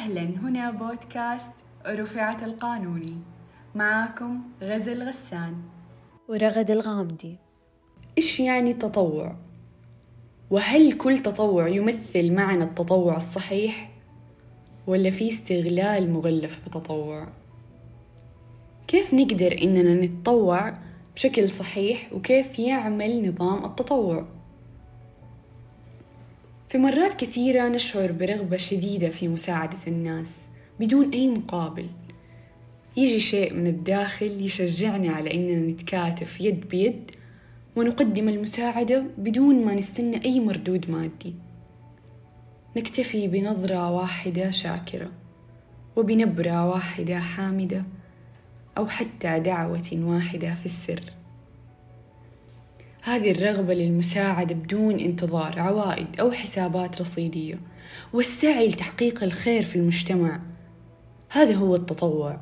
أهلا، هنا بودكاست رفعت القانوني. معاكم غزل غسان ورغد الغامدي. إيش يعني التطوع؟ وهل كل تطوع يمثل معنى التطوع الصحيح؟ ولا في استغلال مغلف بتطوع؟ كيف نقدر إننا نتطوع بشكل صحيح وكيف يعمل نظام التطوع؟ في مرات كثيرة نشعر برغبة شديدة في مساعدة الناس بدون أي مقابل. يجي شيء من الداخل يشجعنا على إننا نتكاتف يد بيد ونقدم المساعدة بدون ما نستنى أي مردود مادي. نكتفي بنظرة واحدة شاكرة وبنبرة واحدة حامدة أو حتى دعوة واحدة في السر. هذه الرغبة للمساعدة بدون انتظار عوائد أو حسابات رصيدية والسعي لتحقيق الخير في المجتمع، هذا هو التطوع.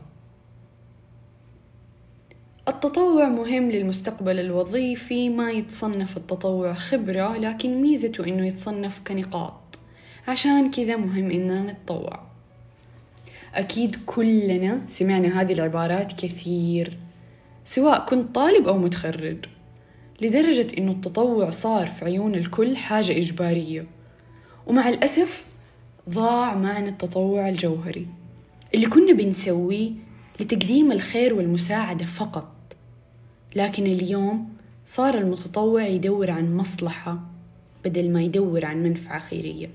التطوع مهم للمستقبل الوظيفي. ما يتصنف التطوع خبرة، لكن ميزته إنه يتصنف كنقاط، عشان كذا مهم إننا نتطوع. أكيد كلنا سمعنا هذه العبارات كثير، سواء كنت طالب أو متخرج، لدرجة إنه التطوع صار في عيون الكل حاجة إجبارية. ومع الأسف ضاع معنى التطوع الجوهري اللي كنا بنسويه لتقديم الخير والمساعدة فقط. لكن اليوم صار المتطوع يدور عن مصلحة بدل ما يدور عن منفعة خيرية.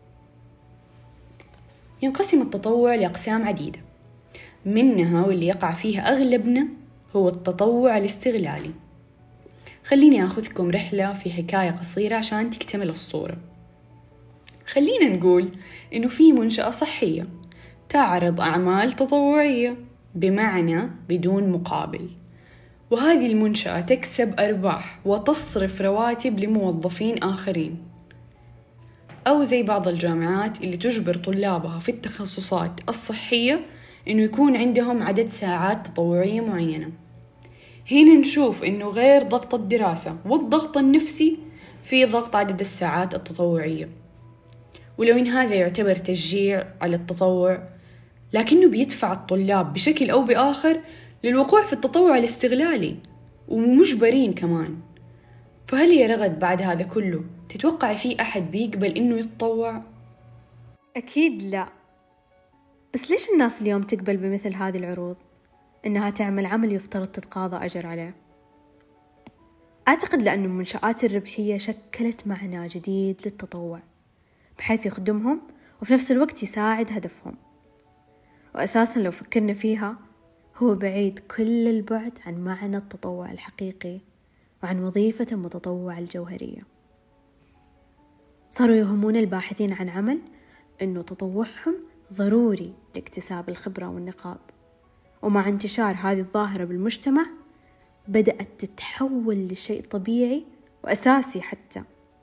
ينقسم التطوع لأقسام عديدة، منها واللي يقع فيها أغلبنا هو التطوع الاستغلالي. خليني أخذكم رحلة في حكاية قصيرة عشان تكتمل الصورة. خلينا نقول إنه في منشأة صحية تعرض أعمال تطوعية، بمعنى بدون مقابل، وهذه المنشأة تكسب أرباح وتصرف رواتب لموظفين آخرين. أو زي بعض الجامعات اللي تجبر طلابها في التخصصات الصحية إنه يكون عندهم عدد ساعات تطوعية معينة. هنا نشوف إنه غير ضغط الدراسة والضغط النفسي، في ضغط عدد الساعات التطوعية. ولو إن هذا يعتبر تشجيع على التطوع، لكنه بيدفع الطلاب بشكل أو بآخر للوقوع في التطوع الاستغلالي ومجبرين كمان. فهل يا رغد بعد هذا كله تتوقع في أحد بيقبل إنه يتطوع؟ أكيد لا. بس ليش الناس اليوم تقبل بمثل هذه العروض؟ إنها تعمل عمل يفترض تتقاضى أجر عليه. أعتقد لأن المنشآت الربحية شكلت معنى جديد للتطوع، بحيث يخدمهم وفي نفس الوقت يساعد هدفهم. وأساساً لو فكرنا فيها، هو بعيد كل البعد عن معنى التطوع الحقيقي وعن وظيفة المتطوع الجوهرية. صاروا يوهمون الباحثين عن عمل إنه تطوعهم ضروري لاكتساب الخبرة والنقاط. ومع انتشار هذه الظاهرة بالمجتمع، بدأت تتحول لشيء طبيعي وأساسي حتى.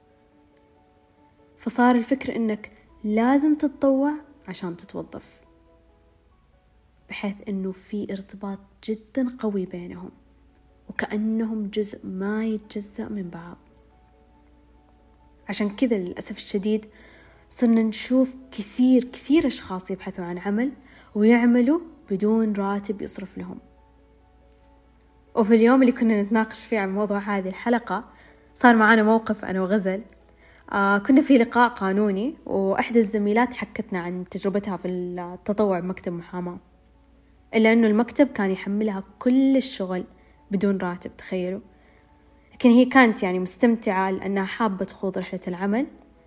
فصار الفكر إنك لازم تتطوع عشان تتوظف، بحيث إنه في ارتباط جدا قوي بينهم، وكأنهم جزء ما يتجزأ من بعض. عشان كذا للأسف الشديد صرنا نشوف كثير أشخاص يبحثوا عن عمل ويعملوا بدون راتب يصرف لهم. وفي اليوم اللي كنا نتناقش فيه عن موضوع هذه الحلقة، صار معنا موقف أنا وغزل. كنا في لقاء قانوني، وإحدى الزميلات حكتنا عن تجربتها في التطوع بمكتب محاماة، إلا أنه المكتب كان يحملها كل الشغل بدون راتب، تخيلوا. لكن هي كانت مستمتعة لأنها حابة تخوض رحلة العمل.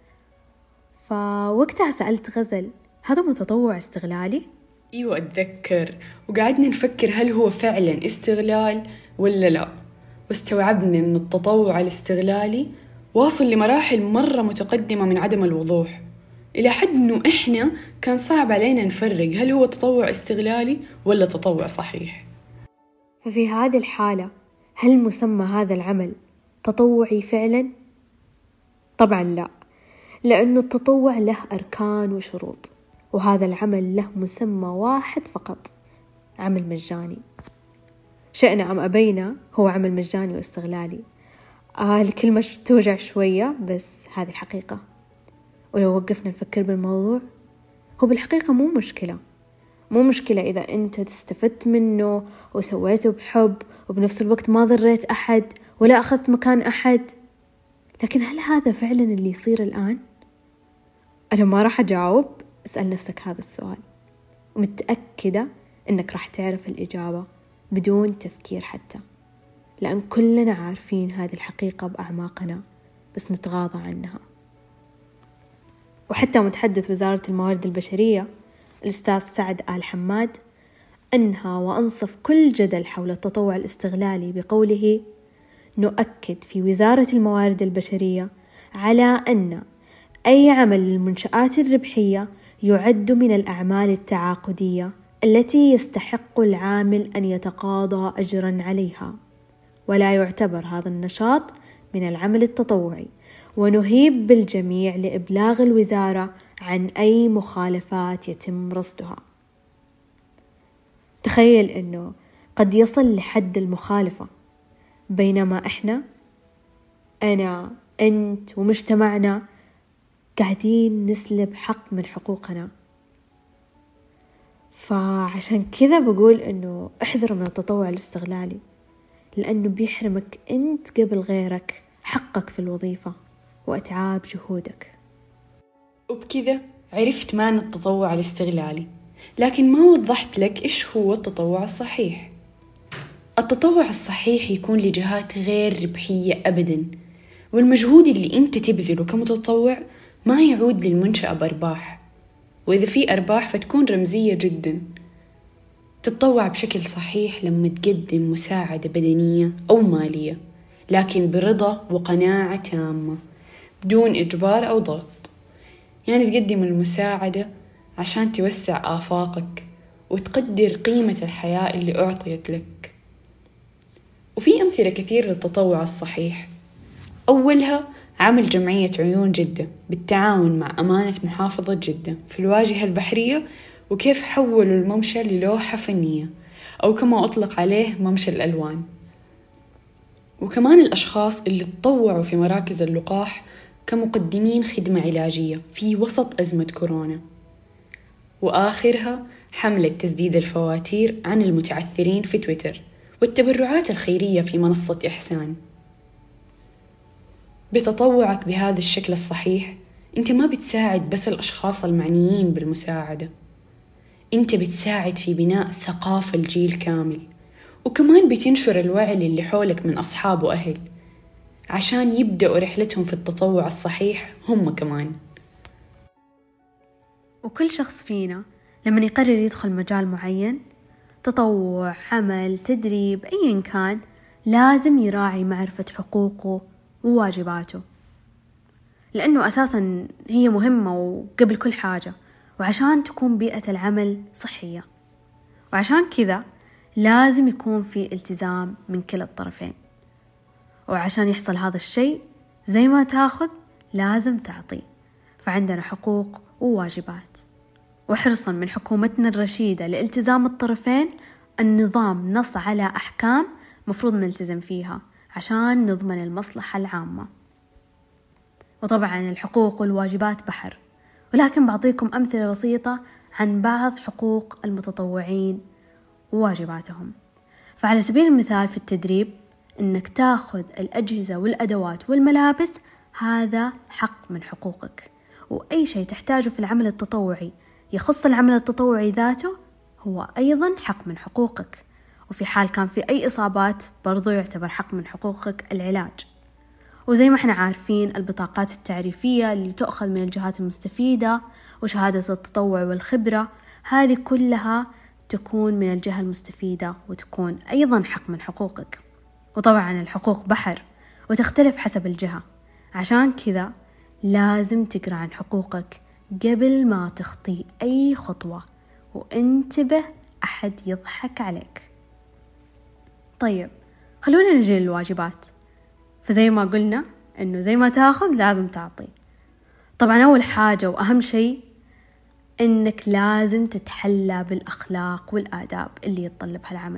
فوقتها سألت غزل، هذا متطوع استغلالي؟ أيوة أتذكر، وقعدنا نفكر هل هو فعلا استغلال ولا لا. واستوعبنا أن التطوع الاستغلالي واصل لمراحل مرة متقدمة من عدم الوضوح، إلى حد أنه إحنا كان صعب علينا نفرق هل هو تطوع استغلالي ولا تطوع صحيح. ففي هذه الحالة، هل مسمى هذا العمل تطوعي فعلا؟ طبعا لا، لأنه التطوع له أركان وشروط، وهذا العمل له مسمى واحد فقط: عمل مجاني. شئنا أم أبينا هو عمل مجاني واستغلالي. الكلمة توجع شوية، بس هذه الحقيقة. ولو وقفنا نفكر بالموضوع، هو بالحقيقة مو مشكلة إذا أنت استفدت منه وسويته بحب وبنفس الوقت ما ضريت أحد ولا أخذت مكان أحد. لكن هل هذا فعلا اللي يصير الآن؟ أنا ما راح أجاوب، اسأل نفسك هذا السؤال، ومتأكدة أنك راح تعرف الإجابة بدون تفكير حتى، لأن كلنا عارفين هذه الحقيقة بأعماقنا بس نتغاضى عنها. وحتى متحدث وزارة الموارد البشرية الأستاذ سعد آل حماد أنهى وأنصف كل جدل حول التطوع الاستغلالي بقوله: نؤكد في وزارة الموارد البشرية على أن أي عمل للمنشآت الربحية يعد من الأعمال التعاقدية التي يستحق العامل أن يتقاضى أجرا عليها، ولا يعتبر هذا النشاط من العمل التطوعي، ونهيب بالجميع لإبلاغ الوزارة عن أي مخالفات يتم رصدها. تخيل أنه قد يصل لحد المخالفة، بينما إحنا، أنا، أنت ومجتمعنا قاعدين نسلب حق من حقوقنا. فعشان كذا بقول أنه احذروا من التطوع الاستغلالي، لأنه بيحرمك أنت قبل غيرك حقك في الوظيفة وأتعاب جهودك. وبكذا عرفت معنى التطوع الاستغلالي، لكن ما وضحت لك إيش هو التطوع الصحيح. التطوع الصحيح يكون لجهات غير ربحية أبداً، والمجهود اللي أنت تبذله كمتطوع ما يعود للمنشأة بأرباح، وإذا في أرباح فتكون رمزية جداً. تتطوع بشكل صحيح لما تقدم مساعدة بدنية أو مالية، لكن برضا وقناعة تامة بدون إجبار أو ضغط. يعني تقدم المساعدة عشان توسع آفاقك وتقدر قيمة الحياة اللي أعطيت لك. وفي أمثلة كثير للتطوع الصحيح. أولها عمل جمعية عيون جدة بالتعاون مع أمانة محافظة جدة في الواجهة البحرية، وكيف حولوا الممشى للوحة فنية، أو كما أطلق عليه ممشى الألوان. وكمان الأشخاص اللي تطوعوا في مراكز اللقاح كمقدمين خدمة علاجية في وسط أزمة كورونا. وآخرها حملة تسديد الفواتير عن المتعثرين في تويتر، والتبرعات الخيرية في منصة إحسان. بتطوعك بهذا الشكل الصحيح أنت ما بتساعد بس الأشخاص المعنيين بالمساعدة، أنت بتساعد في بناء ثقافة الجيل كامل، وكمان بتنشر الوعي اللي حولك من أصحاب وأهل عشان يبدأوا رحلتهم في التطوع الصحيح هم كمان. وكل شخص فينا لما يقرر يدخل مجال معين، تطوع، عمل، تدريب، أيا كان، لازم يراعي معرفة حقوقه وواجباته، لأنه أساسا هي مهمة وقبل كل حاجة، وعشان تكون بيئة العمل صحية. وعشان كذا لازم يكون في التزام من كلا الطرفين. وعشان يحصل هذا الشيء، زي ما تاخذ لازم تعطي، فعندنا حقوق وواجبات. وحرصا من حكومتنا الرشيدة لالتزام الطرفين، النظام نص على أحكام مفروض نلتزم فيها عشان نضمن المصلحة العامة. وطبعا الحقوق والواجبات بحر، ولكن بعطيكم أمثلة بسيطة عن بعض حقوق المتطوعين وواجباتهم. فعلى سبيل المثال في التدريب، إنك تاخذ الأجهزة والأدوات والملابس، هذا حق من حقوقك. وأي شيء تحتاجه في العمل التطوعي يخص العمل التطوعي ذاته هو أيضا حق من حقوقك. وفي حال كان في أي إصابات برضو يعتبر حق من حقوقك العلاج. وزي ما احنا عارفين، البطاقات التعريفية اللي تؤخذ من الجهات المستفيدة وشهادة التطوع والخبرة، هذه كلها تكون من الجهة المستفيدة وتكون أيضا حق من حقوقك. وطبعا الحقوق بحر وتختلف حسب الجهة، عشان كذا لازم تقرأ عن حقوقك قبل ما تخطي أي خطوة، وانتبه أحد يضحك عليك. طيب خلونا نجي للواجبات. فزي ما قلنا إنه زي ما تاخذ لازم تعطي. طبعا أول حاجة وأهم شيء إنك لازم تتحلى بالأخلاق والآداب اللي يتطلبها العمل،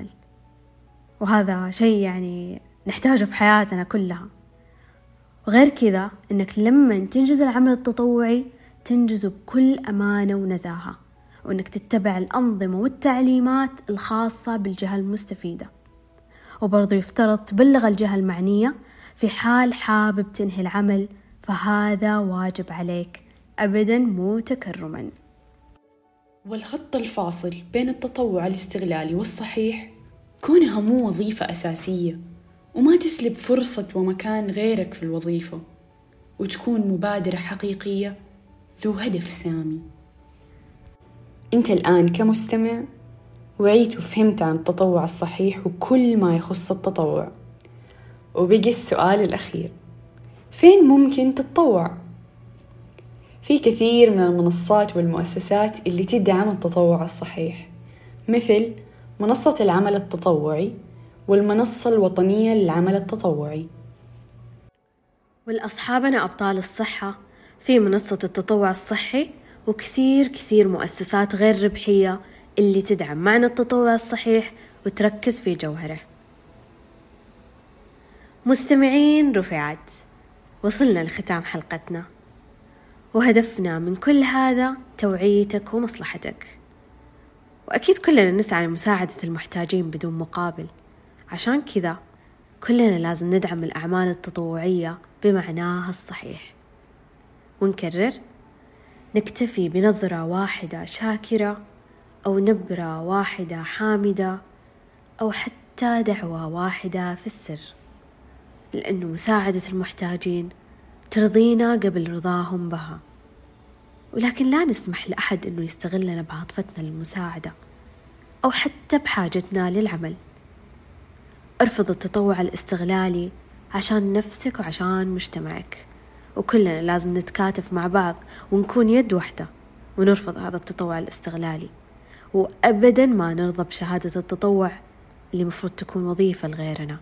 وهذا شيء يعني نحتاجه في حياتنا كلها. وغير كذا إنك لما تنجز العمل التطوعي تنجزه بكل أمانة ونزاهة، وإنك تتبع الأنظمة والتعليمات الخاصة بالجهة المستفيدة. وبرضو يفترض تبلغ الجهة المعنية في حال حابب تنهي العمل، فهذا واجب عليك أبدا مو تكرما. والخط الفاصل بين التطوع الاستغلالي والصحيح كونها مو وظيفة أساسية، وما تسلب فرصة ومكان غيرك في الوظيفة، وتكون مبادرة حقيقية ذو هدف سامي. أنت الآن كمستمع وعيت وفهمت عن التطوع الصحيح وكل ما يخص التطوع، وبقي السؤال الأخير: فين ممكن تتطوع؟ في كثير من المنصات والمؤسسات اللي تدعم التطوع الصحيح، مثل منصة العمل التطوعي والمنصة الوطنية للعمل التطوعي. والأصحابنا أبطال الصحة في منصة التطوع الصحي، وكثير مؤسسات غير ربحية اللي تدعم معنى التطوع الصحيح وتركز في جوهره. مستمعين رفيعات، وصلنا لختام حلقتنا، وهدفنا من كل هذا توعيتك ومصلحتك. وأكيد كلنا نسعى لمساعدة المحتاجين بدون مقابل، عشان كذا كلنا لازم ندعم الأعمال التطوعية بمعناها الصحيح. ونكرر: نكتفي بنظرة واحدة شاكرة، أو نبرة واحدة حامدة، أو حتى دعوة واحدة في السر، لأن مساعدة المحتاجين ترضينا قبل رضاهم بها. ولكن لا نسمح لأحد أنه يستغلنا بعاطفتنا للمساعدة أو حتى بحاجتنا للعمل. ارفض التطوع الاستغلالي عشان نفسك وعشان مجتمعك، وكلنا لازم نتكاتف مع بعض ونكون يد واحدة، ونرفض هذا التطوع الاستغلالي، وأبدا ما نرضى بشهادة التطوع اللي مفروض تكون وظيفة لغيرنا.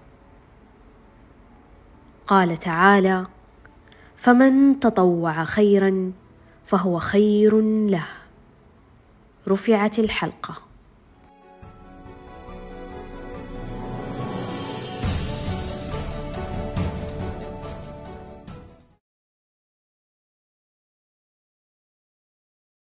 قال تعالى: فمن تطوع خيرا فهو خير له. رفعت الحلقة.